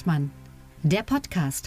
Hengstmann, der Podcast.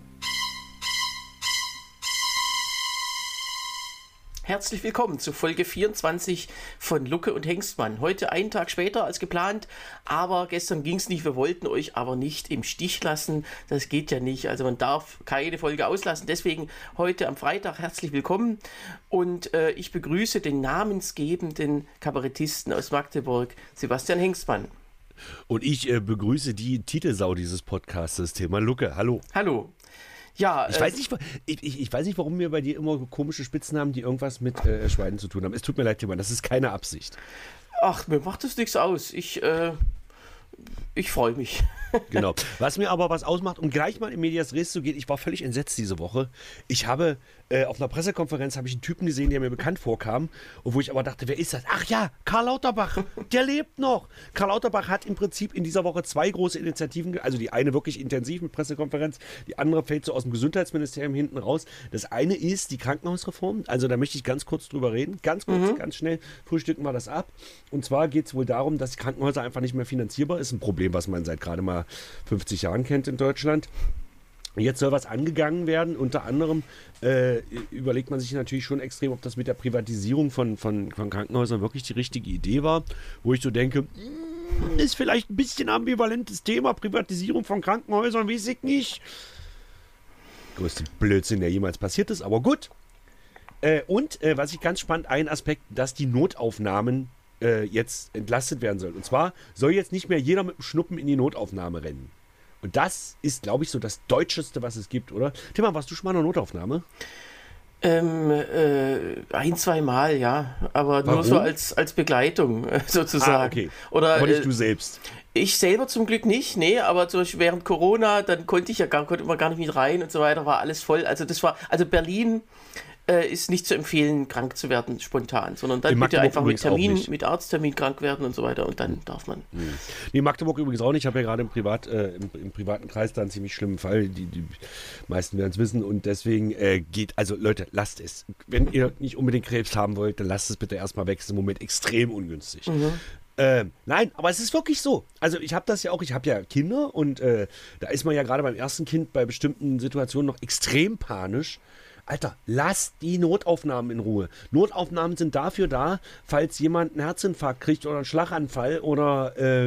Herzlich willkommen zu Folge 24 von Lucke und Hengstmann. Heute einen Tag später als geplant, aber gestern ging es nicht. Wir wollten euch aber nicht im Stich lassen. Das geht ja nicht. Also man darf keine Folge auslassen. Deswegen heute am Freitag herzlich willkommen. Und ich begrüße den namensgebenden Kabarettisten aus Magdeburg, Sebastian Hengstmann. Und ich begrüße die Titelsau dieses Podcasts, Thema Lucke. Hallo. Hallo. Ja, ich weiß nicht, warum wir bei dir immer komische Spitznamen, die irgendwas mit Schweinen zu tun haben. Es tut mir leid, Timon, das ist keine Absicht. Ach, mir macht das nichts aus. Ich freue mich. Genau. Was mir aber was ausmacht, um gleich mal in Medias Res zu gehen, ich war völlig entsetzt diese Woche. Ich habe auf einer Pressekonferenz einen Typen gesehen, der mir bekannt vorkam und wo ich aber dachte, wer ist das? Ach ja, Karl Lauterbach, der lebt noch. Karl Lauterbach hat im Prinzip in dieser Woche zwei große Initiativen, also die eine wirklich intensiv mit Pressekonferenz, die andere fällt so aus dem Gesundheitsministerium hinten raus. Das eine ist die Krankenhausreform, also da möchte ich ganz kurz drüber reden, ganz kurz, ganz schnell, frühstücken wir das ab. Und zwar geht es wohl darum, dass die Krankenhäuser einfach nicht mehr finanzierbar ist, ein Problem, was man seit gerade mal 50 Jahren kennt in Deutschland. Jetzt soll was angegangen werden. Unter anderem überlegt man sich natürlich schon extrem, ob das mit der Privatisierung von Krankenhäusern wirklich die richtige Idee war. Wo ich so denke, ist vielleicht ein bisschen ambivalentes Thema. Privatisierung von Krankenhäusern, weiß ich nicht. Größte Blödsinn, der jemals passiert ist, aber gut. Und was ich ganz spannend, ein Aspekt, dass die Notaufnahmen jetzt entlastet werden sollen. Und zwar soll jetzt nicht mehr jeder mit dem Schnuppen in die Notaufnahme rennen. Und das ist, glaube ich, so das Deutscheste, was es gibt, oder? Timmer, warst du schon mal in einer Notaufnahme? Ein, zwei Mal, ja. Aber Warum? Nur so als Begleitung, sozusagen. Ah, okay. Oder, aber nicht du selbst. Ich selber zum Glück nicht, nee, aber zum Beispiel während Corona, dann konnte man gar nicht mit rein und so weiter, war alles voll. Also Berlin ist nicht zu empfehlen, krank zu werden spontan, sondern dann bitte einfach mit Arzttermin krank werden und so weiter und dann darf man. Nee, Magdeburg übrigens auch nicht. Ich habe ja gerade im privaten Kreis da einen ziemlich schlimmen Fall. Die meisten werden es wissen und deswegen also Leute, lasst es. Wenn ihr nicht unbedingt Krebs haben wollt, dann lasst es bitte erstmal weg. Das ist im Moment extrem ungünstig. Nein, aber es ist wirklich so. Also ich habe das ja auch, ich habe ja Kinder und da ist man ja gerade beim ersten Kind bei bestimmten Situationen noch extrem panisch. Alter, lasst die Notaufnahmen in Ruhe. Notaufnahmen sind dafür da, falls jemand einen Herzinfarkt kriegt oder einen Schlaganfall oder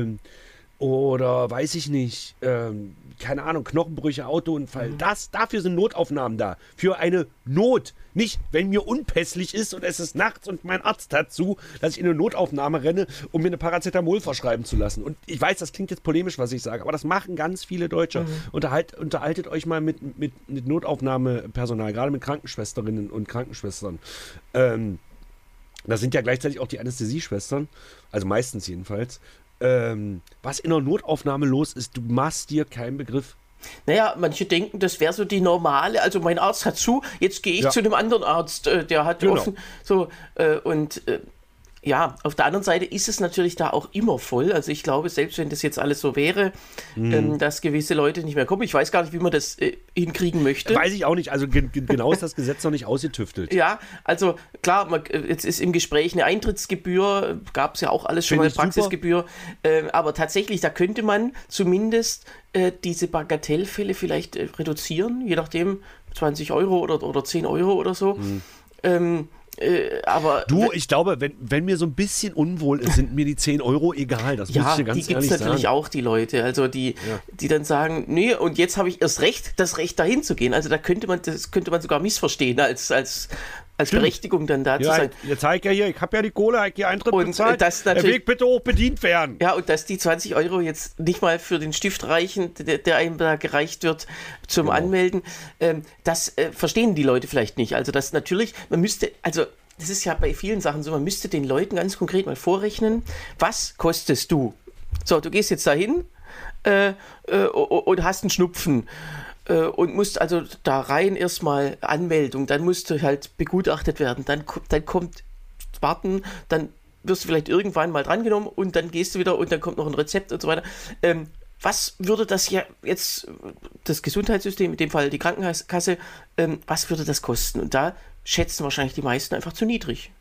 weiß ich nicht, keine Ahnung, Knochenbrüche, Autounfall. Dafür sind Notaufnahmen da. Für eine Not. Nicht, wenn mir unpässlich ist und es ist nachts und mein Arzt hat zu, dass ich in eine Notaufnahme renne, um mir eine Paracetamol verschreiben zu lassen. Und ich weiß, das klingt jetzt polemisch, was ich sage, aber das machen ganz viele Deutsche. Unterhaltet euch mal mit Notaufnahmepersonal, gerade mit Krankenschwesterinnen und Krankenschwestern. Das sind ja gleichzeitig auch die Anästhesieschwestern, also meistens jedenfalls. Was in einer Notaufnahme los ist, du machst dir keinen Begriff. Naja, manche denken, das wäre so die normale, also mein Arzt hat zu, jetzt gehe ich zu einem anderen Arzt, der hat offen, so, ja, auf der anderen Seite ist es natürlich da auch immer voll. Also ich glaube, selbst wenn das jetzt alles so wäre, dass gewisse Leute nicht mehr kommen, ich weiß gar nicht, wie man das hinkriegen möchte. Weiß ich auch nicht. Also genau ist das Gesetz noch nicht ausgetüftelt. Ja, also klar, jetzt ist im Gespräch eine Eintrittsgebühr, gab es ja auch alles schon mal, Praxisgebühr. Aber tatsächlich, da könnte man zumindest diese Bagatellfälle vielleicht reduzieren, je nachdem 20 Euro oder 10 Euro oder so. Aber ich glaube, wenn mir so ein bisschen unwohl ist, sind mir die 10 Euro egal. Das muss ich dir ganz ehrlich sagen. Die gibt es natürlich auch, die Leute, also die dann sagen, nee, und jetzt habe ich erst das Recht dahin zu gehen. Also das könnte man sogar missverstehen als Berechtigung dann da zu sein. Jetzt zeig ja hier, ich habe ja die Kohle, ich hier Eintritt bezahlt. Der Weg bitte hoch bedient werden. Ja, und dass die 20 Euro jetzt nicht mal für den Stift reichen, der einem da gereicht wird zum Anmelden, das verstehen die Leute vielleicht nicht. Also das natürlich, das ist ja bei vielen Sachen so, man müsste den Leuten ganz konkret mal vorrechnen, was kostest du? So, du gehst jetzt dahin und hast einen Schnupfen. Und musst also da rein erstmal Anmeldung, dann musst du halt begutachtet werden, dann kommt warten, dann wirst du vielleicht irgendwann mal drangenommen und dann gehst du wieder und dann kommt noch ein Rezept und so weiter. Was würde das ja jetzt, das Gesundheitssystem, in dem Fall die Krankenkasse, was würde das kosten? Und da schätzen wahrscheinlich die meisten einfach zu niedrig.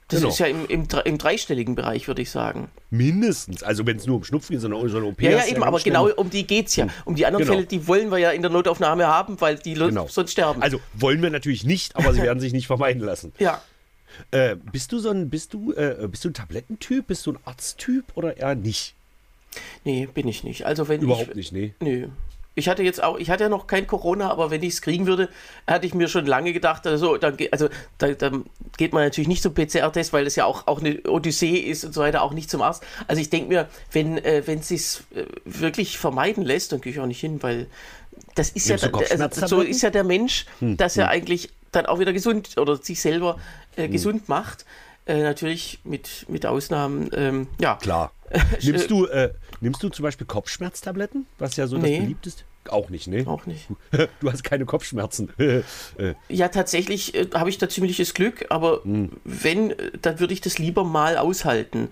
Das ist ja im dreistelligen Bereich, würde ich sagen. Mindestens. Also wenn es nur um Schnupfen geht, sondern um so eine OP. Ja, eben, aber genau um die geht es ja. Um die anderen Fälle, die wollen wir ja in der Notaufnahme haben, weil die sonst sterben. Also wollen wir natürlich nicht, aber sie werden sich nicht vermeiden lassen. Ja. Bist du ein Tablettentyp? Bist du ein Arzttyp oder eher nicht? Nee, bin ich nicht. Also wenn Überhaupt nicht, nee. Nö. Ich hatte ja noch kein Corona, aber wenn ich es kriegen würde, hatte ich mir schon lange gedacht, dann geht man natürlich nicht zum PCR-Test, weil das ja auch eine Odyssee ist und so weiter, auch nicht zum Arzt. Also ich denke mir, wenn es sich wirklich vermeiden lässt, dann gehe ich auch nicht hin, weil das ist so ist ja der Mensch, dass er eigentlich dann auch wieder gesund oder sich selber gesund macht. Natürlich mit Ausnahmen, ja. Klar. Nimmst du zum Beispiel Kopfschmerztabletten, was ja so das beliebteste? Auch nicht, ne? Auch nicht. Du hast keine Kopfschmerzen. Ja, tatsächlich habe ich da ziemliches Glück, aber wenn, dann würde ich das lieber mal aushalten.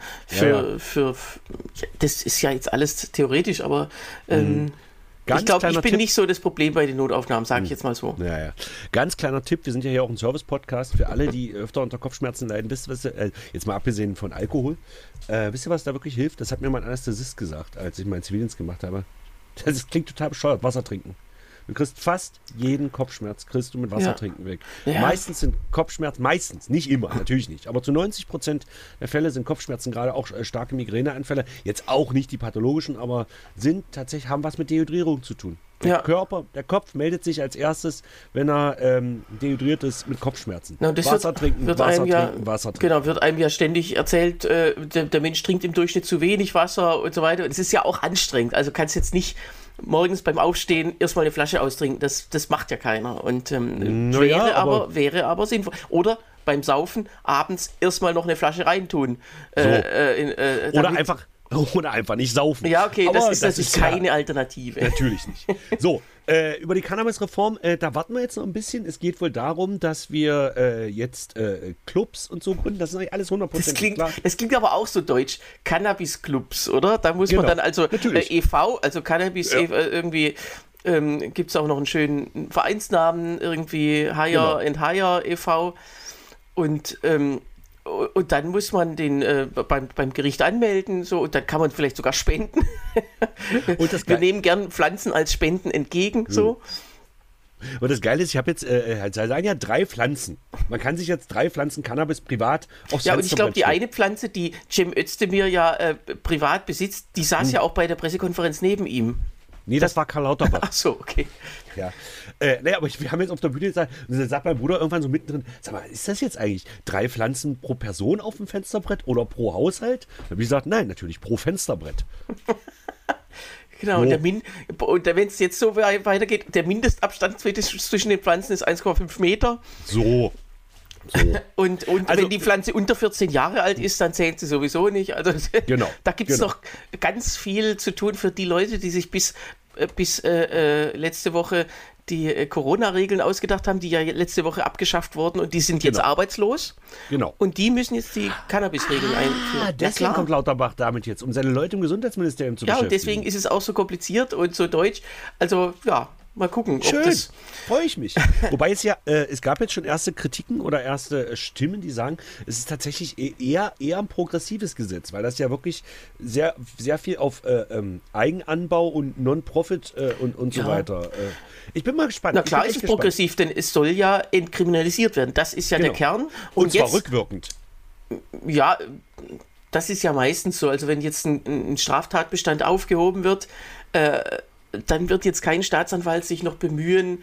Das ist ja jetzt alles theoretisch, aber ich glaube, ich bin nicht so das Problem bei den Notaufnahmen, sage ich jetzt mal so. Ja. Ganz kleiner Tipp, wir sind ja hier auch ein Service-Podcast für alle, die öfter unter Kopfschmerzen leiden. Jetzt mal abgesehen von Alkohol. Wisst ihr, was da wirklich hilft? Das hat mir mein Anästhesist gesagt, als ich meinen Zivildienst gemacht habe. Das klingt total bescheuert, Wasser trinken. Du kriegst fast jeden Kopfschmerz mit Wasser trinken weg. Ja. Meistens sind Kopfschmerzen, nicht immer, natürlich nicht, aber zu 90% der Fälle sind Kopfschmerzen, gerade auch starke Migräneanfälle, jetzt auch nicht die pathologischen, aber haben was mit Dehydrierung zu tun. Der Kopf meldet sich als erstes, wenn er dehydriert ist mit Kopfschmerzen. Wasser trinken. Genau, wird einem ja ständig erzählt, der Mensch trinkt im Durchschnitt zu wenig Wasser und so weiter. Und es ist ja auch anstrengend. Also kannst jetzt nicht morgens beim Aufstehen erstmal eine Flasche austrinken. Das macht ja keiner. Und wäre aber sinnvoll. Oder beim Saufen abends erstmal noch eine Flasche reintun. Oder einfach nicht saufen. Ja, okay, das ist keine Alternative. Natürlich nicht. So, über die Cannabis-Reform, da warten wir jetzt noch ein bisschen. Es geht wohl darum, dass wir jetzt Clubs und so gründen. Das ist nicht alles 100% klar. Das klingt aber auch so deutsch. Cannabis-Clubs, oder? Da muss man dann e.V., also Cannabis irgendwie... gibt es auch noch einen schönen Vereinsnamen, irgendwie Higher and Higher e.V. Und dann muss man den beim Gericht anmelden, so, und dann kann man vielleicht sogar spenden. Wir nehmen gern Pflanzen als Spenden entgegen, so. Und das Geile ist, ich habe jetzt, sagen ja 3 Pflanzen. Man kann sich jetzt 3 Pflanzen Cannabis privat aufs Ja, und ich glaube, die eine Pflanze, die Cem Özdemir ja privat besitzt, die saß ja auch bei der Pressekonferenz neben ihm. Nee, das war Karl Lauterbach. Ach so, okay. Ja. Aber wir haben jetzt auf der Bühne gesagt, und dann sagt mein Bruder irgendwann so mittendrin, sag mal, ist das jetzt eigentlich 3 Pflanzen pro Person auf dem Fensterbrett oder pro Haushalt? Da habe ich gesagt, nein, natürlich pro Fensterbrett. Genau, und wenn es jetzt so weitergeht, der Mindestabstand zwischen den Pflanzen ist 1,5 Meter. So. Und wenn die Pflanze unter 14 Jahre alt ist, dann zählt sie sowieso nicht. Also da gibt es noch ganz viel zu tun für die Leute, die sich bis letzte Woche die Corona-Regeln ausgedacht haben, die ja letzte Woche abgeschafft wurden, und die sind jetzt arbeitslos. Genau. Und die müssen jetzt die Cannabis-Regeln einführen. Deswegen kommt Lauterbach damit jetzt, um seine Leute im Gesundheitsministerium zu beschäftigen. Ja, und deswegen ist es auch so kompliziert und so deutsch. Also, ja, mal gucken. Schön, freue ich mich. Wobei es gab jetzt schon erste Kritiken oder erste Stimmen, die sagen, es ist tatsächlich eher ein progressives Gesetz, weil das ja wirklich sehr, sehr viel auf Eigenanbau und Non-Profit und so weiter. Ich bin mal gespannt. Na klar, ist es progressiv, denn es soll ja entkriminalisiert werden. Das ist ja der Kern. Und zwar rückwirkend. Ja, das ist ja meistens so. Also wenn jetzt ein Straftatbestand aufgehoben wird, dann wird jetzt kein Staatsanwalt sich noch bemühen,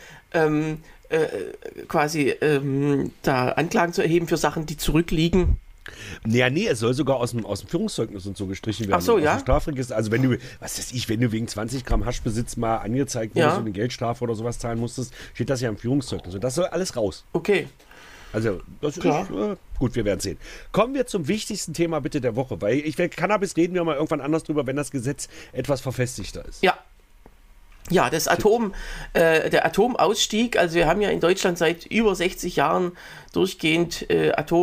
da Anklagen zu erheben für Sachen, die zurückliegen. Nee, es soll sogar aus dem Führungszeugnis und so gestrichen werden. Ach so, ja. Aus dem Strafregister. Also wenn du wegen 20 Gramm Haschbesitz mal angezeigt wurdest und eine Geldstrafe oder sowas zahlen musstest, steht das ja im Führungszeugnis. Und das soll alles raus. Okay. Also, das ist gut, wir werden sehen. Kommen wir zum wichtigsten Thema bitte der Woche, weil Cannabis reden wir mal irgendwann anders drüber, wenn das Gesetz etwas verfestigter ist. Ja, der Atomausstieg, also wir haben ja in Deutschland seit über 60 Jahren durchgehend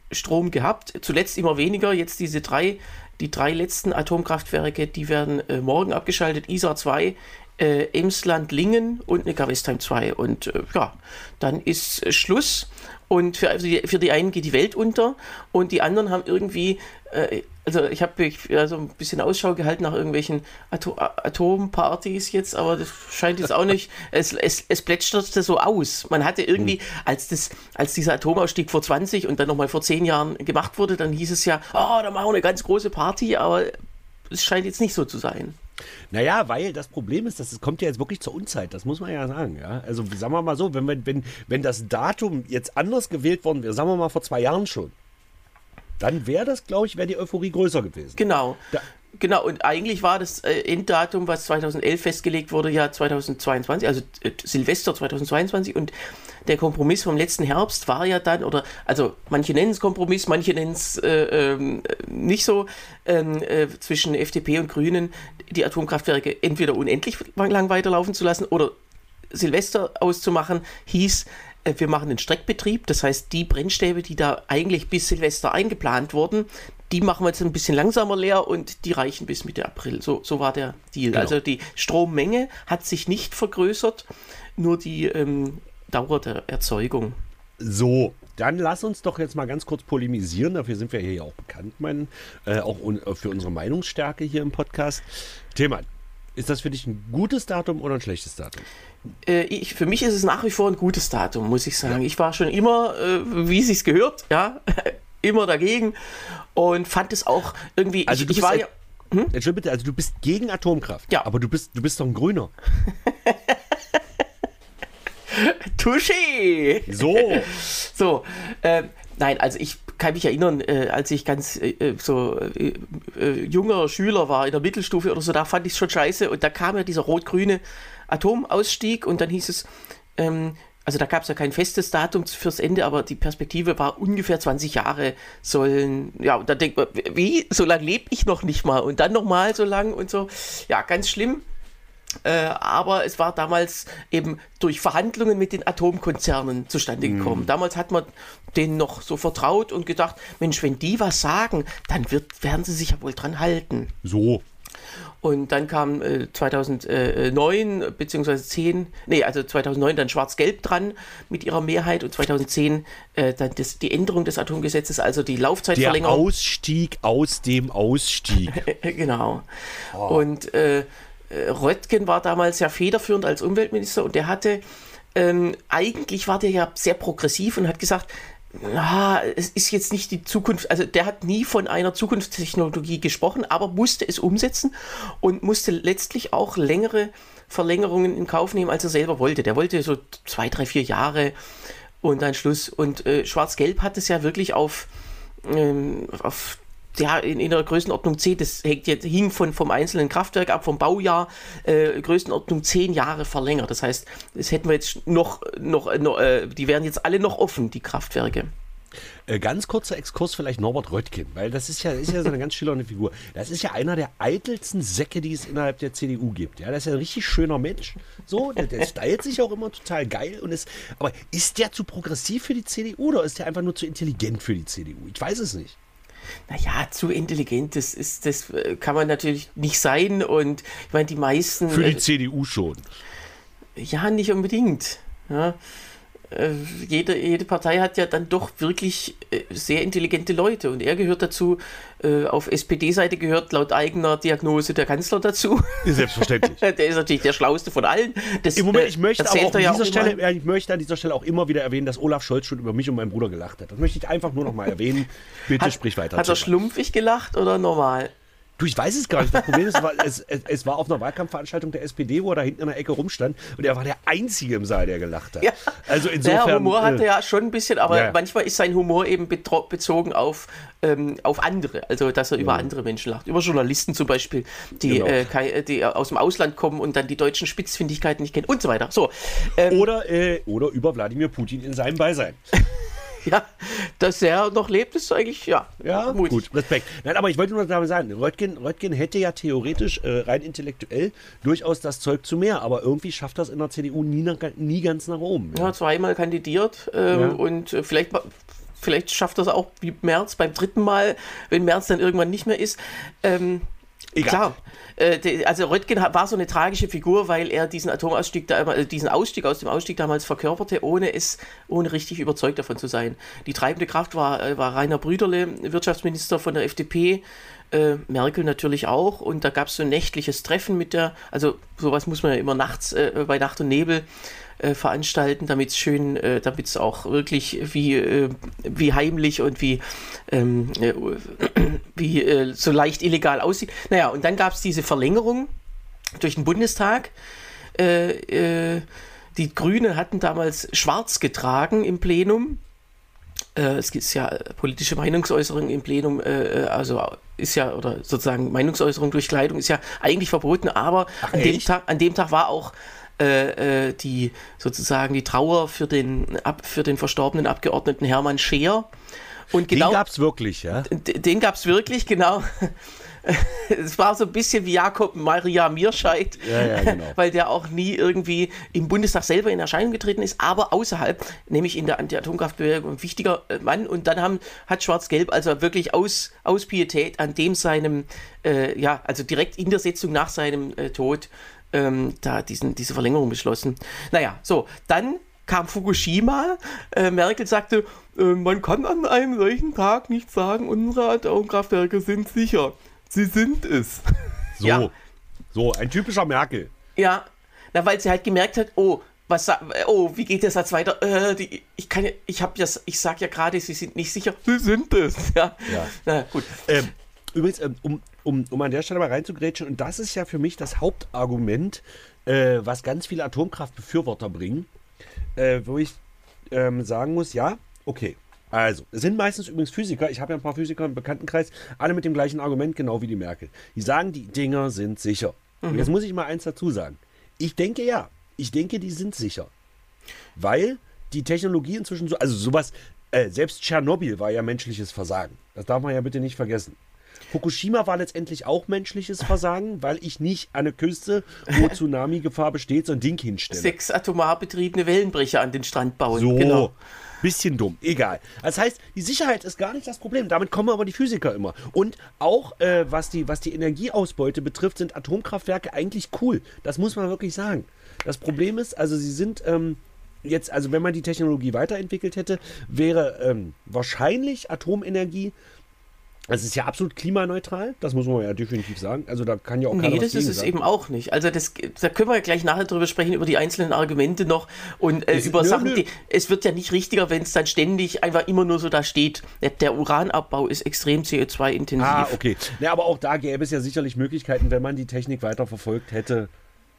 Strom gehabt, zuletzt immer weniger, jetzt die drei letzten Atomkraftwerke, die werden morgen abgeschaltet, Isar 2, Emsland-Lingen und Neckar-Westheim 2 und dann ist Schluss und für die einen geht die Welt unter und die anderen haben irgendwie, ich habe so ein bisschen Ausschau gehalten nach irgendwelchen Atompartys jetzt, aber das scheint jetzt auch nicht, es plätscherte so aus. Man hatte irgendwie, als dieser Atomausstieg vor 20 und dann nochmal vor 10 Jahren gemacht wurde, dann hieß es ja, da machen wir eine ganz große Party, aber es scheint jetzt nicht so zu sein. Naja, weil das Problem ist, das kommt ja jetzt wirklich zur Unzeit, das muss man ja sagen. Ja? Also sagen wir mal so, wenn das Datum jetzt anders gewählt worden wäre, sagen wir mal vor 2 Jahren schon, dann wäre das, glaube ich, die Euphorie größer gewesen. Genau. Genau, und eigentlich war das Enddatum, was 2011 festgelegt wurde, ja 2022, also Silvester 2022 und der Kompromiss vom letzten Herbst war ja dann, also manche nennen es Kompromiss, manche nennen es nicht so, zwischen FDP und Grünen, die Atomkraftwerke entweder unendlich lang weiterlaufen zu lassen oder Silvester auszumachen, hieß, wir machen einen Streckbetrieb, das heißt, die Brennstäbe, die da eigentlich bis Silvester eingeplant wurden, die machen wir jetzt ein bisschen langsamer leer und die reichen bis Mitte April. So war der Deal. Genau. Also die Strommenge hat sich nicht vergrößert, nur die Dauer der Erzeugung. So, dann lass uns doch jetzt mal ganz kurz polemisieren. Dafür sind wir hier ja auch bekannt, auch für unsere Meinungsstärke hier im Podcast. Tillmann, ist das für dich ein gutes Datum oder ein schlechtes Datum? Für mich ist es nach wie vor ein gutes Datum, muss ich sagen. Ja. Ich war schon immer, wie es sich gehört, ja, immer dagegen und fand es auch irgendwie. Also Entschuldigung bitte, also du bist gegen Atomkraft. Ja. Aber du bist doch ein Grüner. Touché! So. Nein, also ich kann mich erinnern, als ich ganz junger Schüler war in der Mittelstufe oder so, da fand ich es schon scheiße und da kam ja dieser rot-grüne Atomausstieg und dann hieß es, also da gab es ja kein festes Datum fürs Ende, aber die Perspektive war ungefähr 20 Jahre sollen, ja, und dann denkt man, wie, so lange lebe ich noch nicht mal und dann nochmal so lang und so, ja, ganz schlimm. Aber es war damals eben durch Verhandlungen mit den Atomkonzernen zustande gekommen. Damals hat man denen noch so vertraut und gedacht, Mensch, wenn die was sagen, dann werden sie sich ja wohl dran halten. So. Und dann kam 2009 bzw. 2009 dann Schwarz-Gelb dran mit ihrer Mehrheit und 2010 dann die Änderung des Atomgesetzes, also die Laufzeitverlängerung. Der Ausstieg aus dem Ausstieg. Genau. Oh. Und Röttgen war damals ja federführend als Umweltminister und der hatte, eigentlich war der ja sehr progressiv und hat gesagt, es ist jetzt nicht die Zukunft, also der hat nie von einer Zukunftstechnologie gesprochen, aber musste es umsetzen und musste letztlich auch längere Verlängerungen in Kauf nehmen, als er selber wollte. Der wollte so 2, 3, 4 Jahre und dann Schluss. Und Schwarz-Gelb hat es ja wirklich in der Größenordnung 10, das hing vom einzelnen Kraftwerk ab, vom Baujahr, Größenordnung 10 Jahre verlängert. Das heißt, das hätten wir jetzt die wären jetzt alle noch offen, die Kraftwerke. Ganz kurzer Exkurs vielleicht Norbert Röttgen, weil das ist ja so eine ganz schillernde Figur. Das ist ja einer der eitelsten Säcke, die es innerhalb der CDU gibt. Ja, das ist ja ein richtig schöner Mensch. So, der stylt sich auch immer total geil. Aber ist der zu progressiv für die CDU oder ist der einfach nur zu intelligent für die CDU? Ich weiß es nicht. Naja, zu intelligent, das kann man natürlich nicht sein und ich meine, die meisten... Für die CDU schon. Ja, nicht unbedingt. Ja. Jede Partei hat ja dann doch wirklich sehr intelligente Leute und er gehört dazu, auf SPD-Seite gehört laut eigener Diagnose der Kanzler dazu. Selbstverständlich. Der ist natürlich der Schlauste von allen. Im Moment, ich möchte an dieser Stelle auch immer wieder erwähnen, dass Olaf Scholz schon über mich und meinen Bruder gelacht hat. Das möchte ich einfach nur noch mal erwähnen. Bitte sprich weiter. Hat er schlumpfig gelacht oder normal? Du, ich weiß es gar nicht. Das Problem ist, es war auf einer Wahlkampfveranstaltung der SPD, wo er da hinten in der Ecke rumstand und er war der Einzige im Saal, der gelacht hat. Ja. Also insofern... Der Humor hat er ja schon ein bisschen, aber manchmal ist sein Humor eben bezogen auf andere, also dass er über andere Menschen lacht. Über Journalisten zum Beispiel, die aus dem Ausland kommen und dann die deutschen Spitzfindigkeiten nicht kennen und so weiter. So, oder über Wladimir Putin in seinem Beisein. Ja, dass er noch lebt, ist eigentlich, ja mutig. Gut, Respekt. Nein, aber ich wollte nur damit sagen, Röttgen hätte ja theoretisch rein intellektuell durchaus das Zeug zu mehr, aber irgendwie schafft das in der CDU nie ganz nach oben. Ja, zweimal kandidiert und vielleicht vielleicht schafft er es auch wie Merz beim 3. Mal, wenn Merz dann irgendwann nicht mehr ist. Klar, also Röttgen war so eine tragische Figur, weil er diesen Atomausstieg, diesen Ausstieg aus dem Ausstieg damals verkörperte, ohne richtig überzeugt davon zu sein. Die treibende Kraft war Rainer Brüderle, Wirtschaftsminister von der FDP, Merkel natürlich auch, und da gab es so ein nächtliches Treffen also sowas muss man ja immer nachts bei Nacht und Nebel veranstalten, damit es auch wirklich wie heimlich und wie so leicht illegal aussieht. Naja, und dann gab es diese Verlängerung durch den Bundestag. Die Grünen hatten damals schwarz getragen im Plenum. Es gibt ja politische Meinungsäußerung im Plenum, oder sozusagen Meinungsäußerung durch Kleidung ist ja eigentlich verboten, aber an dem Tag war auch die Trauer für den verstorbenen Abgeordneten Hermann Scheer. Und genau, den gab's wirklich, ja? Den gab's wirklich, genau. Es war so ein bisschen wie Jakob Maria Mierscheid, genau. Weil der auch nie irgendwie im Bundestag selber in Erscheinung getreten ist, aber außerhalb, nämlich in der Anti-Atomkraftbewegung, ein wichtiger Mann. Und dann hat Schwarz-Gelb also wirklich aus Pietät an dem seinem, also direkt in der Sitzung nach seinem Tod, diese Verlängerung beschlossen. Naja, so, dann kam Fukushima. Merkel sagte, man kann an einem solchen Tag nicht sagen, unsere Atomkraftwerke sind sicher. Sie sind es. So, ein typischer Merkel. Ja, weil sie halt gemerkt hat, wie geht der Satz weiter? Ich sag ja gerade, sie sind nicht sicher. Sie sind es. Ja. Na gut. Übrigens, um an der Stelle mal reinzugrätschen, und das ist ja für mich das Hauptargument, was ganz viele Atomkraftbefürworter bringen, wo ich sagen muss, ja, okay. Also, es sind meistens übrigens Physiker, ich habe ja ein paar Physiker im Bekanntenkreis, alle mit dem gleichen Argument, genau wie die Merkel. Die sagen, die Dinger sind sicher. Und jetzt muss ich mal eins dazu sagen. Ich denke, die sind sicher. Weil die Technologie inzwischen selbst Tschernobyl war ja menschliches Versagen. Das darf man ja bitte nicht vergessen. Fukushima war letztendlich auch menschliches Versagen, weil ich nicht an der Küste, wo Tsunami-Gefahr besteht, so ein Ding hinstelle. 6 atomar betriebene Wellenbrecher an den Strand bauen. So, genau. Bisschen dumm, egal. Das heißt, die Sicherheit ist gar nicht das Problem. Damit kommen aber die Physiker immer. Und auch, was die Energieausbeute betrifft, sind Atomkraftwerke eigentlich cool. Das muss man wirklich sagen. Das Problem ist, also sie sind jetzt, also wenn man die Technologie weiterentwickelt hätte, wäre wahrscheinlich Atomenergie. Es ist ja absolut klimaneutral, das muss man ja definitiv sagen. Also da kann ja auch keiner was das ist es eben auch nicht. Also da können wir ja gleich nachher drüber sprechen, über die einzelnen Argumente noch und über Sachen, es wird ja nicht richtiger, wenn es dann ständig einfach immer nur so da steht. Der Uranabbau ist extrem CO2-intensiv. Ah, okay. Ja, aber auch da gäbe es ja sicherlich Möglichkeiten, wenn man die Technik weiter verfolgt hätte.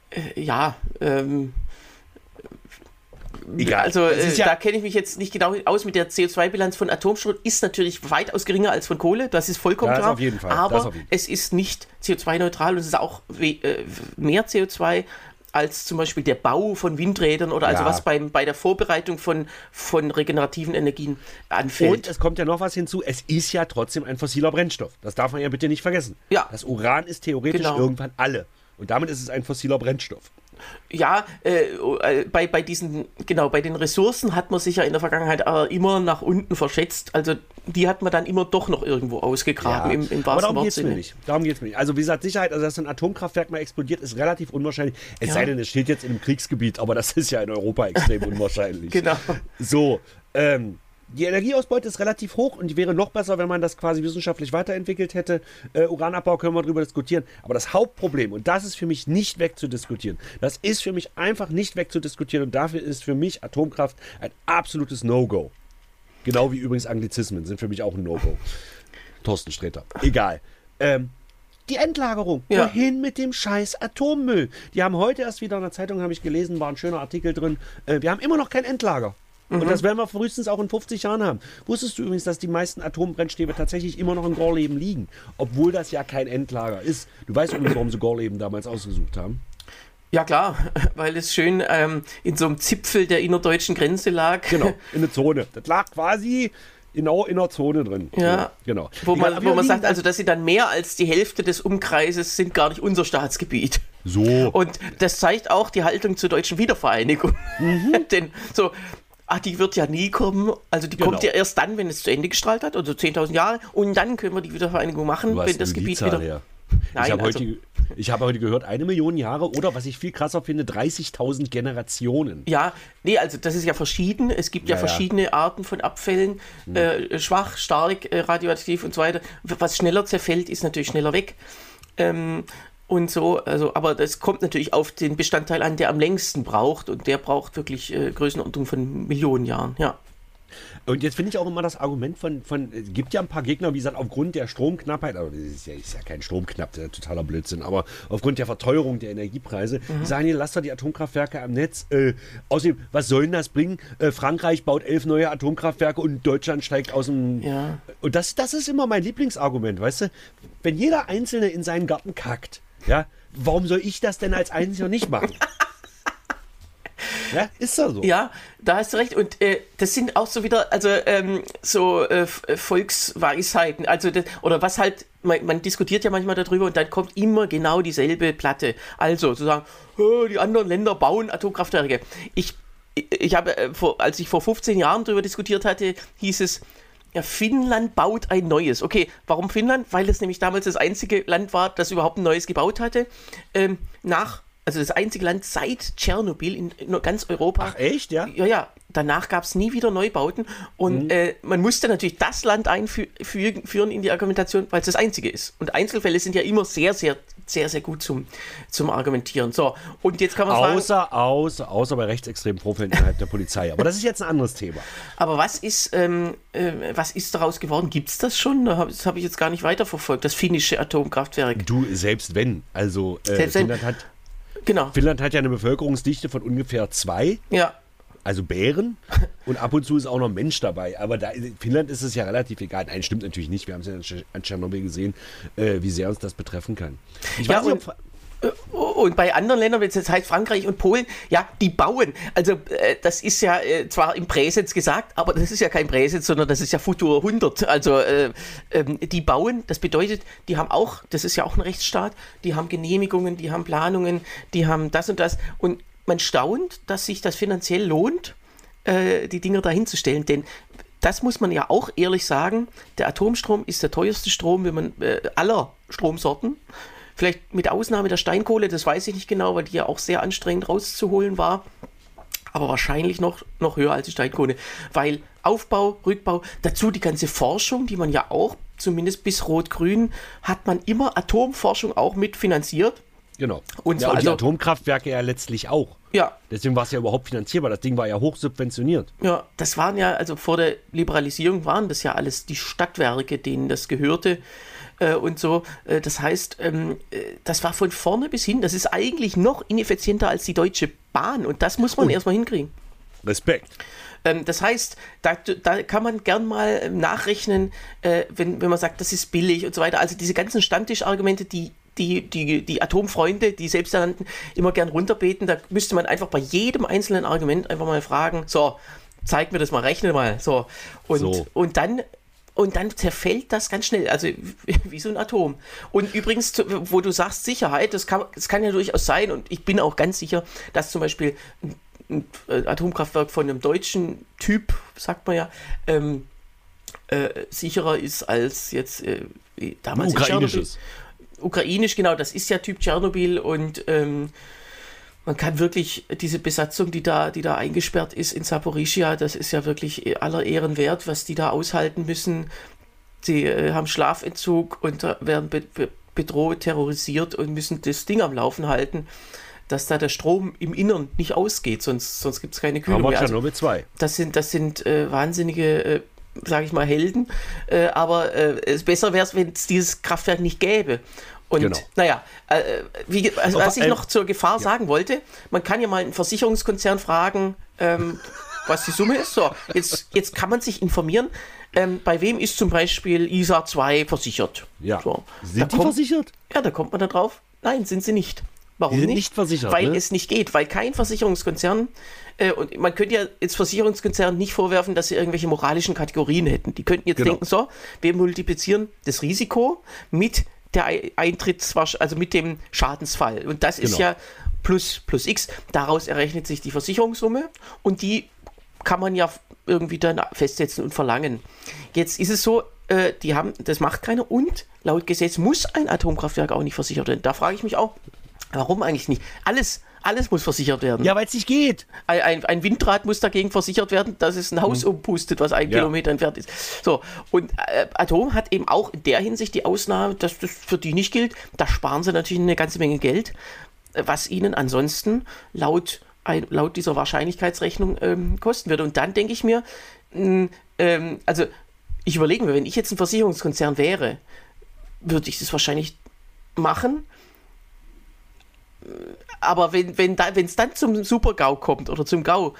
Egal. Also da kenne ich mich jetzt nicht genau aus mit der CO2-Bilanz von Atomschrott, ist natürlich weitaus geringer als von Kohle, das ist vollkommen klar. Auf jeden Fall. Aber es ist nicht CO2-neutral und es ist auch mehr CO2 als zum Beispiel der Bau von Windrädern oder also was bei der Vorbereitung von regenerativen Energien anfällt. Und es kommt ja noch was hinzu, es ist ja trotzdem ein fossiler Brennstoff. Das darf man ja bitte nicht vergessen. Ja. Das Uran ist theoretisch irgendwann alle. Und damit ist es ein fossiler Brennstoff. Ja, bei den Ressourcen hat man sich ja in der Vergangenheit immer nach unten verschätzt. Also die hat man dann immer doch noch irgendwo ausgegraben im wahrsten Wortsinne. Aber darum geht's mir nicht. Also wie gesagt, Sicherheit, also dass ein Atomkraftwerk mal explodiert, ist relativ unwahrscheinlich. Es sei denn, es steht jetzt in einem Kriegsgebiet, aber das ist ja in Europa extrem unwahrscheinlich. Genau. So, die Energieausbeute ist relativ hoch und die wäre noch besser, wenn man das quasi wissenschaftlich weiterentwickelt hätte. Uranabbau können wir drüber diskutieren. Aber das Hauptproblem, und das ist für mich nicht wegzudiskutieren, das ist für mich einfach nicht wegzudiskutieren und dafür ist für mich Atomkraft ein absolutes No-Go. Genau wie übrigens Anglizismen sind für mich auch ein No-Go. Thorsten Sträter. Egal. Die Endlagerung. Ja. Wohin mit dem scheiß Atommüll? Die haben heute erst wieder in der Zeitung, habe ich gelesen, war ein schöner Artikel drin. Wir haben immer noch kein Endlager. Und das werden wir frühestens auch in 50 Jahren haben. Wusstest du übrigens, dass die meisten Atombrennstäbe tatsächlich immer noch in Gorleben liegen? Obwohl das ja kein Endlager ist. Du weißt übrigens, warum sie Gorleben damals ausgesucht haben? Ja klar, weil es schön in so einem Zipfel der innerdeutschen Grenze lag. Genau, in der Zone. Das lag quasi genau in der Zone drin. Ja, genau. Wo man sagt, also dass sie dann mehr als die Hälfte des Umkreises sind gar nicht unser Staatsgebiet. So. Und das zeigt auch die Haltung zur deutschen Wiedervereinigung. Denn so die wird ja nie kommen. Also die kommt ja erst dann, wenn es zu Ende gestrahlt hat, also 10.000 Jahre. Und dann können wir die Wiedervereinigung machen, wenn das Gebiet wieder... Her. Nein, ich habe heute gehört, 1 Million Jahre oder, was ich viel krasser finde, 30.000 Generationen. Ja, nee, also das ist ja verschieden. Es gibt ja verschiedene Arten von Abfällen. Schwach, stark, radioaktiv und so weiter. Was schneller zerfällt, ist natürlich schneller weg. Und so, also, aber das kommt natürlich auf den Bestandteil an, der am längsten braucht. Und der braucht wirklich Größenordnung von Millionen Jahren, ja. Und jetzt finde ich auch immer das Argument es gibt ja ein paar Gegner, wie gesagt, aufgrund der Stromknappheit, aber das ist ja kein Stromknapp, das ist ja totaler Blödsinn, aber aufgrund der Verteuerung der Energiepreise, sagen die, lasst doch die Atomkraftwerke am Netz. Außerdem, was soll denn das bringen? Frankreich baut 11 neue Atomkraftwerke und Deutschland steigt aus dem... Ja. Und das ist immer mein Lieblingsargument, weißt du? Wenn jeder Einzelne in seinen Garten kackt, ja, warum soll ich das denn als Einzelner nicht machen? Ja, ist doch so. Ja, da hast du recht. Und das sind auch so wieder, also Volksweisheiten. Also oder was halt, man diskutiert ja manchmal darüber und dann kommt immer genau dieselbe Platte. Also zu sagen, die anderen Länder bauen Atomkraftwerke. Ich habe, als ich vor 15 Jahren darüber diskutiert hatte, hieß es, ja, Finnland baut ein neues. Okay, warum Finnland? Weil es nämlich damals das einzige Land war, das überhaupt ein neues gebaut hatte. Also das einzige Land seit Tschernobyl in ganz Europa. Ach echt, ja? Ja. Danach gab es nie wieder Neubauten. Und man musste natürlich das Land einführen in die Argumentation, weil es das einzige ist. Und Einzelfälle sind ja immer sehr, sehr, sehr, sehr gut zum Argumentieren. So, und jetzt kann man sagen... Außer bei rechtsextremen Vorfällen innerhalb der Polizei. Aber das ist jetzt ein anderes Thema. Aber was ist daraus geworden? Gibt es das schon? Das habe ich jetzt gar nicht weiterverfolgt. Das finnische Atomkraftwerk. Du, selbst wenn. Also Finnland hat ja eine Bevölkerungsdichte von ungefähr 2. Ja. Also Bären. Und ab und zu ist auch noch ein Mensch dabei. Aber in Finnland ist es ja relativ egal. Nein, stimmt natürlich nicht. Wir haben es ja an Tschernobyl gesehen, wie sehr uns das betreffen kann. Und bei anderen Ländern, wenn es jetzt heißt Frankreich und Polen, ja, die bauen. Also das ist ja zwar im Präsens gesagt, aber das ist ja kein Präsens, sondern das ist ja Futur 100. Also die bauen, das bedeutet, die haben auch, das ist ja auch ein Rechtsstaat, die haben Genehmigungen, die haben Planungen, die haben das und das. Und man staunt, dass sich das finanziell lohnt, die Dinger dahin zu stellen, denn das muss man ja auch ehrlich sagen, der Atomstrom ist der teuerste Strom, wenn man aller Stromsorten. Vielleicht mit Ausnahme der Steinkohle, das weiß ich nicht genau, weil die ja auch sehr anstrengend rauszuholen war. Aber wahrscheinlich noch höher als die Steinkohle. Weil Aufbau, Rückbau, dazu die ganze Forschung, die man ja auch, zumindest bis Rot-Grün, hat man immer Atomforschung auch mitfinanziert. Genau. Und die Atomkraftwerke ja letztlich auch. Ja. Deswegen war es ja überhaupt finanzierbar. Das Ding war ja hoch subventioniert. Ja, das waren ja, also vor der Liberalisierung waren das ja alles die Stadtwerke, denen das gehörte. Und so, das heißt, das war von vorne bis hin, das ist eigentlich noch ineffizienter als die Deutsche Bahn und das muss man erstmal hinkriegen. Respekt. Das heißt, da kann man gern mal nachrechnen, wenn man sagt, das ist billig und so weiter. Also diese ganzen Stammtischargumente, die Atomfreunde, die Selbsternannten, immer gern runterbeten, da müsste man einfach bei jedem einzelnen Argument einfach mal fragen, so, zeig mir das mal, rechne mal, so. Und dann zerfällt das ganz schnell, also wie so ein Atom. Und übrigens, wo du sagst Sicherheit, das kann ja durchaus sein und ich bin auch ganz sicher, dass zum Beispiel ein Atomkraftwerk von einem deutschen Typ, sagt man ja, sicherer ist als jetzt damals ukrainisches. Ukrainisch, genau, das ist ja Typ Tschernobyl und man kann wirklich diese Besatzung, die da eingesperrt ist in Saporischschja, das ist ja wirklich aller Ehren wert, was die da aushalten müssen. Sie haben Schlafentzug und werden bedroht, terrorisiert und müssen das Ding am Laufen halten, dass da der Strom im Innern nicht ausgeht, sonst gibt es keine Kühlung mehr. Tschernobyl 2. Das sind wahnsinnige, sage ich mal, Helden, aber besser wäre es, wenn es dieses Kraftwerk nicht gäbe. Und genau. Naja, was ich noch zur Gefahr sagen wollte, man kann ja mal einen Versicherungskonzern fragen, was die Summe ist. So, jetzt kann man sich informieren, bei wem ist zum Beispiel ISA 2 versichert. Ja. So, sind die versichert? Ja, da kommt man da drauf. Nein, sind sie nicht. Warum die sind nicht? Nicht versichert, weil ne? es nicht geht, weil kein Versicherungskonzern, und man könnte ja jetzt Versicherungskonzernen nicht vorwerfen, dass sie irgendwelche moralischen Kategorien hätten. Die könnten jetzt denken, so, wir multiplizieren das Risiko mit der also mit dem Schadensfall. Und das ist ja plus X. Daraus errechnet sich die Versicherungssumme und die kann man ja irgendwie dann festsetzen und verlangen. Jetzt ist es so, das macht keiner und laut Gesetz muss ein Atomkraftwerk auch nicht versichert werden. Da frage ich mich auch, warum eigentlich nicht? Alles muss versichert werden. Ja, weil es nicht geht. Ein Windrad muss dagegen versichert werden, dass es ein Haus umpustet, was 1 Kilometer entfernt ist. So, und Atom hat eben auch in der Hinsicht die Ausnahme, dass das für die nicht gilt. Da sparen sie natürlich eine ganze Menge Geld, was ihnen ansonsten laut dieser Wahrscheinlichkeitsrechnung kosten würde. Und dann denke ich mir, also ich überlege mir, wenn ich jetzt ein Versicherungskonzern wäre, würde ich das wahrscheinlich machen. Aber wenn es dann zum Super-GAU kommt oder zum GAU,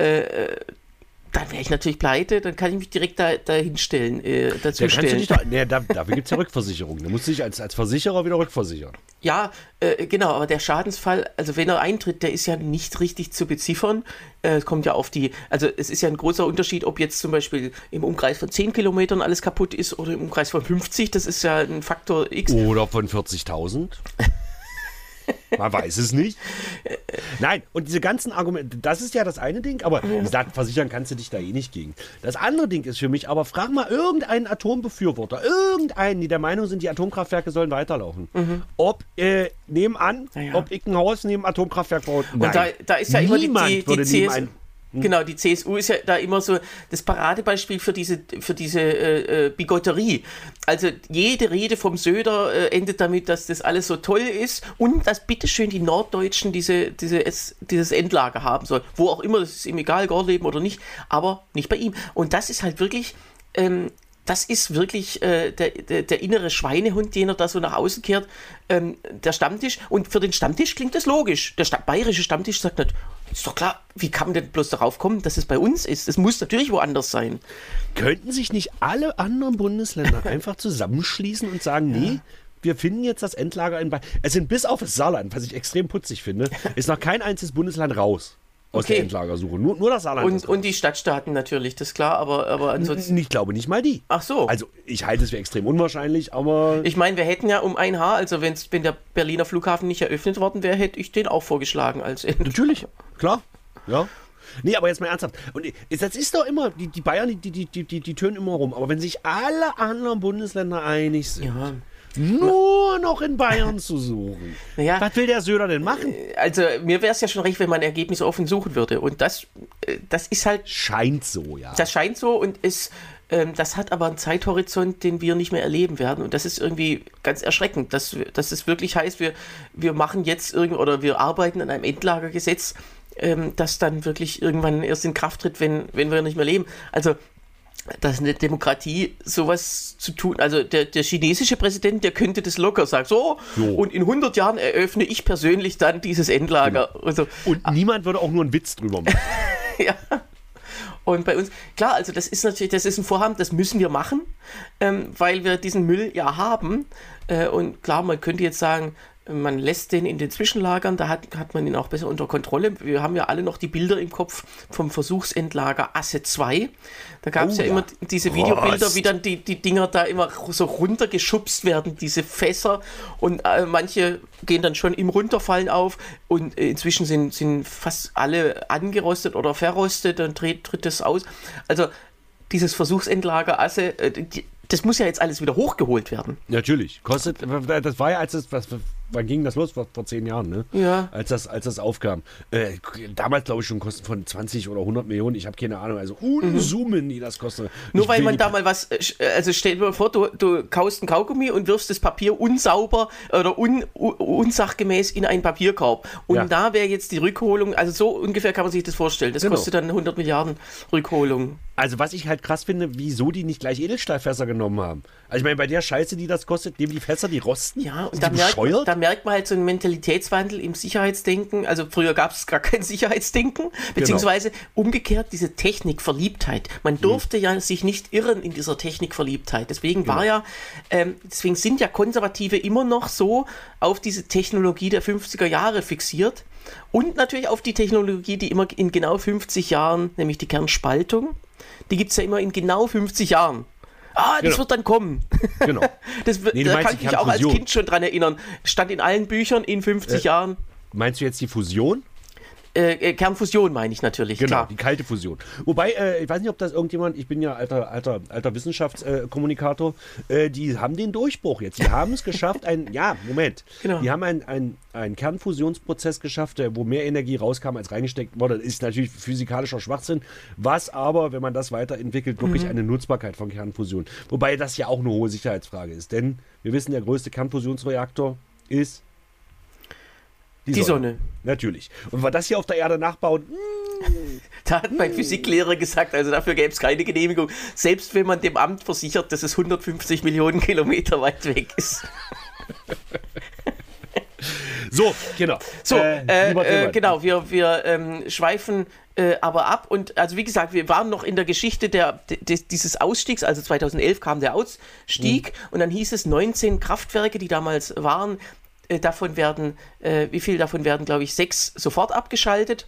dann wäre ich natürlich pleite, dann kann ich mich direkt dahin stellen, dazu stellen. Dafür gibt es ja Rückversicherung. Da musst du dich als Versicherer wieder rückversichern. Ja, genau, aber der Schadensfall, also wenn er eintritt, der ist ja nicht richtig zu beziffern. Es kommt ja also es ist ja ein großer Unterschied, ob jetzt zum Beispiel im Umkreis von 10 Kilometern alles kaputt ist oder im Umkreis von 50, das ist ja ein Faktor X. Oder von 40.000. Man weiß es nicht. Nein, und diese ganzen Argumente, das ist ja das eine Ding, aber wie gesagt, versichern kannst du dich da eh nicht gegen. Das andere Ding ist für mich, aber frag mal irgendeinen Atombefürworter, die der Meinung sind, die Atomkraftwerke sollen weiterlaufen. Ob nebenan, ob ich ein Haus neben Atomkraftwerk baue. Und da ist ja immer die CSU. Genau, die CSU ist ja da immer so das Paradebeispiel für diese Bigotterie. Also jede Rede vom Söder endet damit, dass das alles so toll ist und dass bitteschön die Norddeutschen dieses Endlager haben sollen. Wo auch immer, das ist ihm egal, Gorleben oder nicht, aber nicht bei ihm. Und das ist halt wirklich... das ist wirklich der innere Schweinehund, den er da so nach außen kehrt, der Stammtisch. Und für den Stammtisch klingt das logisch. Der bayerische Stammtisch sagt nicht, ist doch klar, wie kann man denn bloß darauf kommen, dass es bei uns ist? Es muss natürlich woanders sein. Könnten sich nicht alle anderen Bundesländer einfach zusammenschließen und sagen, nee, wir finden jetzt das Endlager in Bayern. Es sind bis auf das Saarland, was ich extrem putzig finde, ist noch kein einziges Bundesland raus. Aus der Endlagersuche. Nur das Saarland. Und die Stadtstaaten natürlich, das ist klar, aber ansonsten... Ich glaube nicht mal die. Ach so. Also ich halte es für extrem unwahrscheinlich, aber... Ich meine, wir hätten ja um ein Haar, also wenn der Berliner Flughafen nicht eröffnet worden wäre, hätte ich den auch vorgeschlagen als Ende. Natürlich, klar, ja. Nee, aber jetzt mal ernsthaft. Und das ist doch immer, die Bayern, die tönen immer rum, aber wenn sich alle anderen Bundesländer einig sind... Ja. Nur noch in Bayern zu suchen. Naja, was will der Söder denn machen? Also mir wäre es ja schon recht, wenn man Ergebnisse offen suchen würde. Und das ist halt... Scheint so, ja. Das scheint so und das hat aber einen Zeithorizont, den wir nicht mehr erleben werden. Und das ist irgendwie ganz erschreckend, dass es wirklich heißt, wir machen jetzt oder wir arbeiten an einem Endlagergesetz, das dann wirklich irgendwann erst in Kraft tritt, wenn wir nicht mehr leben. Also dass eine Demokratie sowas zu tun, also der chinesische Präsident, der könnte das locker sagen, und in 100 Jahren eröffne ich persönlich dann dieses Endlager. Genau. Und niemand würde auch nur einen Witz drüber machen. Ja. Und bei uns, klar, also das ist ein Vorhaben, das müssen wir machen, weil wir diesen Müll ja haben. Und klar, man könnte jetzt sagen, man lässt den in den Zwischenlagern, da hat man ihn auch besser unter Kontrolle. Wir haben ja alle noch die Bilder im Kopf vom Versuchsendlager Asse 2. Da gab es immer diese Videobilder, wie dann die Dinger da immer so runtergeschubst werden, diese Fässer. Und manche gehen dann schon im Runterfallen auf. Und inzwischen sind fast alle angerostet oder verrostet, dann tritt das aus. Also dieses Versuchsendlager Asse, das muss ja jetzt alles wieder hochgeholt werden. Natürlich. Das war ja, wann ging das los? Vor 10 Jahren, ne? Ja. Als das aufkam. Damals, glaube ich, schon Kosten von 20 oder 100 Millionen. Ich habe keine Ahnung. Also Unsummen, die das kostet. Nur weil man da mal also stell dir mal vor, du kaust ein Kaugummi und wirfst das Papier unsauber oder unsachgemäß in einen Papierkorb. Und da wäre jetzt die Rückholung, also so ungefähr kann man sich das vorstellen. Das kostet dann 100 Milliarden Rückholung. Also was ich halt krass finde, wieso die nicht gleich Edelstahlfässer genommen haben. Also ich meine, bei der Scheiße, die das kostet, nehmen die Fässer, die rosten. Ja, und da merkt man halt so einen Mentalitätswandel im Sicherheitsdenken. Also früher gab es gar kein Sicherheitsdenken, beziehungsweise umgekehrt diese Technikverliebtheit. Man durfte ja sich nicht irren in dieser Technikverliebtheit. Deswegen deswegen sind ja Konservative immer noch so auf diese Technologie der 50er Jahre fixiert. Und natürlich auf die Technologie, die immer in genau 50 Jahren, nämlich die Kernspaltung, die gibt es ja immer in genau 50 Jahren. Das wird dann kommen. Genau. Da kann ich mich auch als Kind schon dran erinnern. Stand in allen Büchern in 50 Jahren. Meinst du jetzt die Fusion? Kernfusion meine ich natürlich, Genau, klar. die kalte Fusion. Wobei, ich weiß nicht, ob das irgendjemand, ich bin ja alter Wissenschaftskommunikator, die haben den Durchbruch jetzt. Die haben es geschafft, Genau. Die haben einen Kernfusionsprozess geschafft, wo mehr Energie rauskam, als reingesteckt wurde. Das ist natürlich physikalischer Schwachsinn, was aber, wenn man das weiterentwickelt, wirklich eine Nutzbarkeit von Kernfusion. Wobei das ja auch eine hohe Sicherheitsfrage ist, denn wir wissen, der größte Kernfusionsreaktor ist die Sonne. Natürlich. Und wenn wir das hier auf der Erde nachbauen, Da hat mein Physiklehrer gesagt, also dafür gäbe es keine Genehmigung, selbst wenn man dem Amt versichert, dass es 150 Millionen Kilometer weit weg ist. so, genau. So, genau, wir schweifen aber ab und also wie gesagt, wir waren noch in der Geschichte dieses Ausstiegs, also 2011 kam der Ausstieg und dann hieß es 19 Kraftwerke, die damals waren, davon werden, glaube ich, 6 sofort abgeschaltet.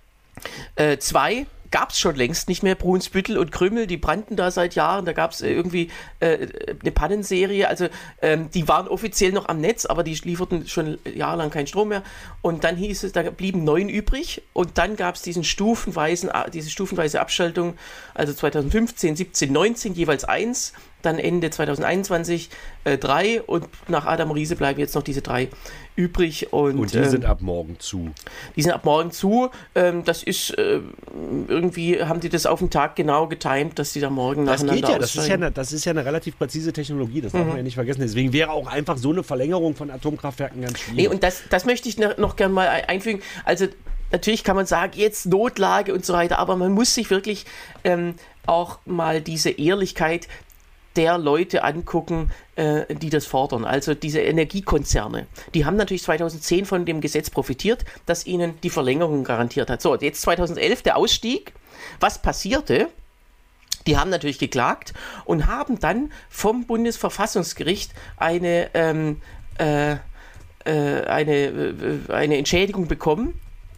2 gab es schon längst nicht mehr, Brunsbüttel und Krümmel, die brannten da seit Jahren, da gab es irgendwie eine Pannenserie, also die waren offiziell noch am Netz, aber die lieferten schon jahrelang keinen Strom mehr und dann hieß es, da blieben 9 übrig und dann gab es diese stufenweise Abschaltung, also 2015, 17, 19 jeweils 1, dann Ende 2021 3 und nach Adam Riese bleiben jetzt noch diese 3 übrig. Und die sind ab morgen zu. Die sind ab morgen zu. Das ist irgendwie, haben die das auf den Tag genau getimt, dass die da morgen nacheinander aussteigen. Das ist ja eine relativ präzise Technologie, das darf man ja nicht vergessen. Deswegen wäre auch einfach so eine Verlängerung von Atomkraftwerken ganz schwierig. Nee, und das möchte ich noch gerne mal einfügen. Also natürlich kann man sagen, jetzt Notlage und so weiter, aber man muss sich wirklich auch mal diese Ehrlichkeit der Leute angucken, die das fordern. Also diese Energiekonzerne, die haben natürlich 2010 von dem Gesetz profitiert, das ihnen die Verlängerung garantiert hat. So, jetzt 2011 der Ausstieg. Was passierte? Die haben natürlich geklagt und haben dann vom Bundesverfassungsgericht eine Entschädigung bekommen,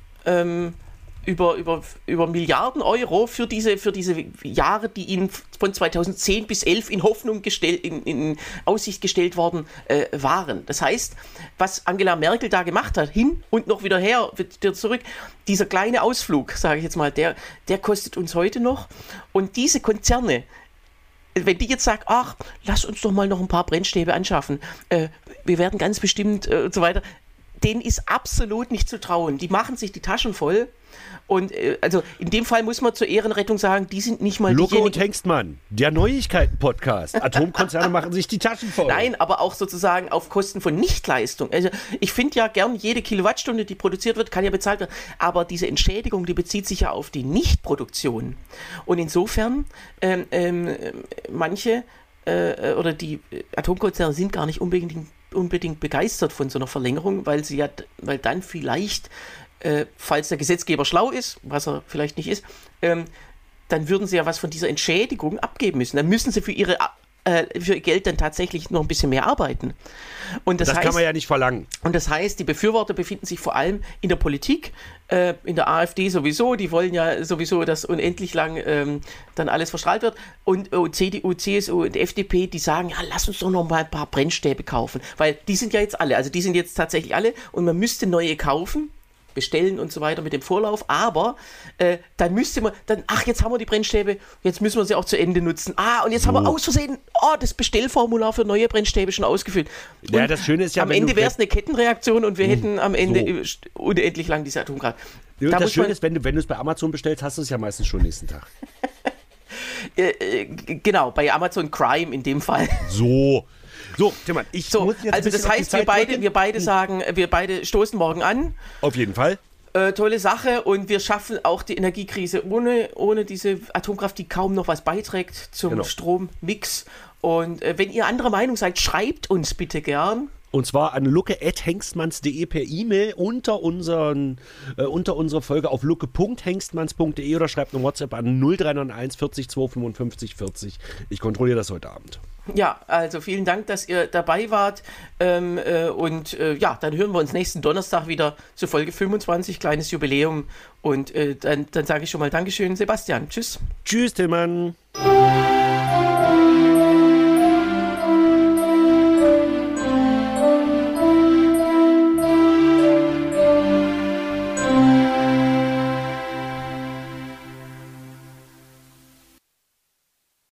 über Milliarden Euro für diese Jahre, die ihnen von 2010 bis 11 in Aussicht gestellt worden waren. Das heißt, was Angela Merkel da gemacht hat, hin und noch wieder her, wieder zurück, dieser kleine Ausflug, sage ich jetzt mal, der kostet uns heute noch. Und diese Konzerne, wenn die jetzt sagen, ach, lass uns doch mal noch ein paar Brennstäbe anschaffen, wir werden ganz bestimmt und so weiter, denen ist absolut nicht zu trauen. Die machen sich die Taschen voll. Und also in dem Fall muss man zur Ehrenrettung sagen, die sind nicht mal Lucke und Hengstmann, der Neuigkeiten-Podcast. Atomkonzerne machen sich die Taschen voll. Nein, aber auch sozusagen auf Kosten von Nichtleistung. Also ich finde ja gern, jede Kilowattstunde, die produziert wird, kann ja bezahlt werden. Aber diese Entschädigung, die bezieht sich ja auf die Nichtproduktion. Und insofern manche oder die Atomkonzerne sind gar nicht unbedingt begeistert von so einer Verlängerung, weil dann vielleicht falls der Gesetzgeber schlau ist, was er vielleicht nicht ist, dann würden sie ja was von dieser Entschädigung abgeben müssen. Dann müssen sie für ihr Geld dann tatsächlich noch ein bisschen mehr arbeiten. Und das heißt, kann man ja nicht verlangen. Und das heißt, die Befürworter befinden sich vor allem in der Politik, in der AfD sowieso, die wollen ja sowieso, dass unendlich lang dann alles verstrahlt wird. Und CDU, CSU und FDP, die sagen, ja, lass uns doch noch mal ein paar Brennstäbe kaufen. Weil die sind ja jetzt alle, also die sind jetzt tatsächlich alle und man müsste neue kaufen, bestellen und so weiter mit dem Vorlauf, aber dann müsste man, jetzt haben wir die Brennstäbe, jetzt müssen wir sie auch zu Ende nutzen. Und jetzt haben wir aus Versehen das Bestellformular für neue Brennstäbe schon ausgefüllt. Und ja, das Schöne ist ja, am Ende wäre es eine Kettenreaktion und wir hätten am Ende unendlich lang diese Atomkraft. Das Schöne ist, wenn du es bei Amazon bestellst, hast du es ja meistens schon nächsten Tag. Genau, bei Amazon Crime in dem Fall. So, Timmann, muss jetzt also das heißt, wir beide stoßen morgen an. Auf jeden Fall. Tolle Sache und wir schaffen auch die Energiekrise ohne diese Atomkraft, die kaum noch was beiträgt zum Strommix. Und wenn ihr anderer Meinung seid, schreibt uns bitte gern. Und zwar an lucke@hengstmanns.de per E-Mail unter unserer Folge auf lucke.hengstmanns.de oder schreibt eine WhatsApp an 0391 40 255 40. Ich kontrolliere das heute Abend. Ja, also vielen Dank, dass ihr dabei wart. Dann hören wir uns nächsten Donnerstag wieder zur Folge 25, kleines Jubiläum. Und dann sage ich schon mal Dankeschön, Sebastian. Tschüss. Tschüss, Timmann.